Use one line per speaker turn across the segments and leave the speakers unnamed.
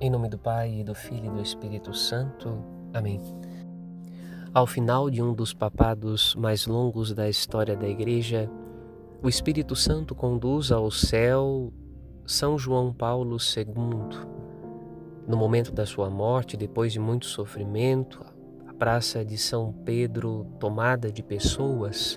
Em nome do Pai, e do Filho e do Espírito Santo. Amém. Ao final de um dos papados mais longos da história da Igreja, o Espírito Santo conduz ao céu São João Paulo II. No momento da sua morte, depois de muito sofrimento, a praça de São Pedro, tomada de pessoas,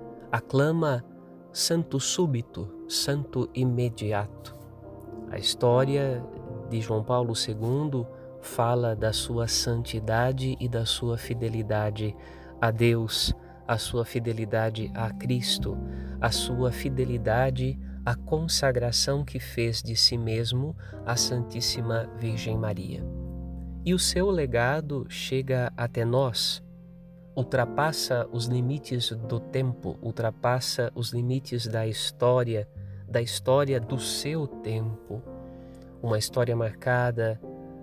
aclama Santo Súbito, Santo Imediato. A história de João Paulo II fala da sua santidade e da sua fidelidade a Deus, a sua fidelidade a Cristo, a sua fidelidade à consagração que fez de si mesmo à Santíssima Virgem Maria. E o seu legado chega até nós, ultrapassa os limites do tempo, ultrapassa os limites da história do seu tempo. Uma história marcada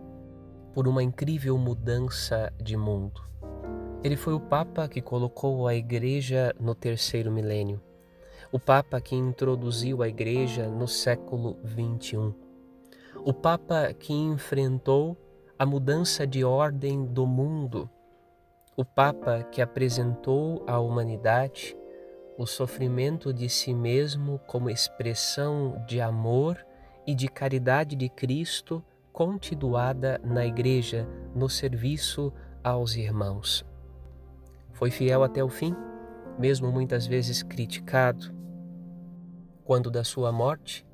por uma incrível mudança de mundo. Ele foi o Papa que colocou a Igreja no terceiro milênio, o Papa que introduziu a Igreja no século XXI, o Papa que enfrentou a mudança de ordem do mundo, o Papa que apresentou à humanidade o sofrimento de si mesmo como expressão de amor e de caridade de Cristo continuada na Igreja, no serviço aos irmãos. Foi fiel até o fim, mesmo muitas vezes criticado. Quando da sua morte,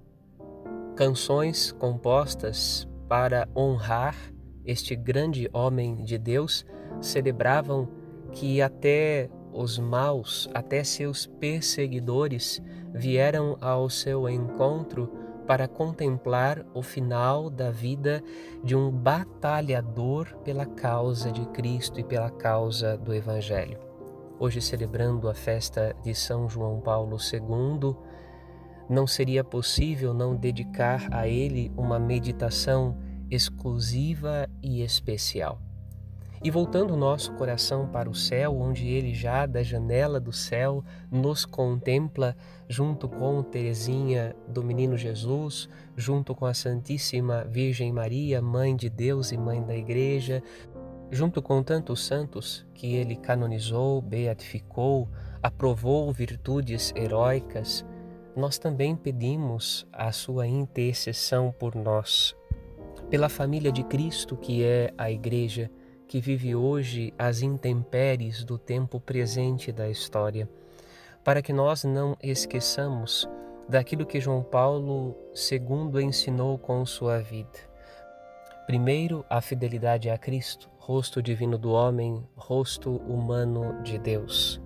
canções compostas para honrar este grande homem de Deus celebravam que até os maus, até seus perseguidores vieram ao seu encontro para contemplar o final da vida de um batalhador pela causa de Cristo e pela causa do Evangelho. Hoje, celebrando a festa de São João Paulo II, não seria possível não dedicar a ele uma meditação exclusiva e especial. E voltando o nosso coração para o céu, onde ele já da janela do céu nos contempla, junto com Teresinha do Menino Jesus, junto com a Santíssima Virgem Maria, Mãe de Deus e Mãe da Igreja, junto com tantos santos que ele canonizou, beatificou, aprovou virtudes heróicas, nós também pedimos a sua intercessão por nós, pela família de Cristo que é a Igreja, que vive hoje as intempéries do tempo presente da história, para que nós não esqueçamos daquilo que João Paulo II ensinou com sua vida. Primeiro, a fidelidade a Cristo, rosto divino do homem, rosto humano de Deus.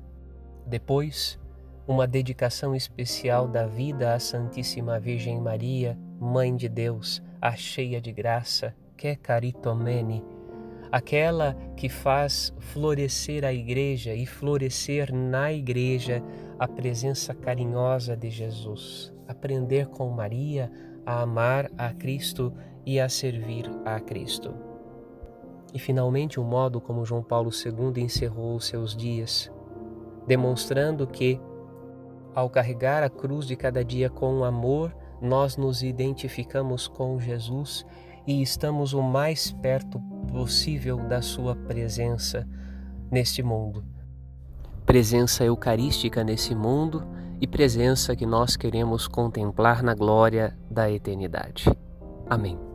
Depois, uma dedicação especial da vida à Santíssima Virgem Maria, Mãe de Deus, a cheia de graça, que é caritomene, aquela que faz florescer a Igreja e florescer na Igreja a presença carinhosa de Jesus. Aprender com Maria a amar a Cristo e a servir a Cristo. E finalmente o modo como João Paulo II encerrou os seus dias, demonstrando que, ao carregar a cruz de cada dia com amor, nós nos identificamos com Jesus e estamos o mais perto possível da sua presença neste mundo. Presença eucarística nesse mundo e presença que nós queremos contemplar na glória da eternidade. Amém.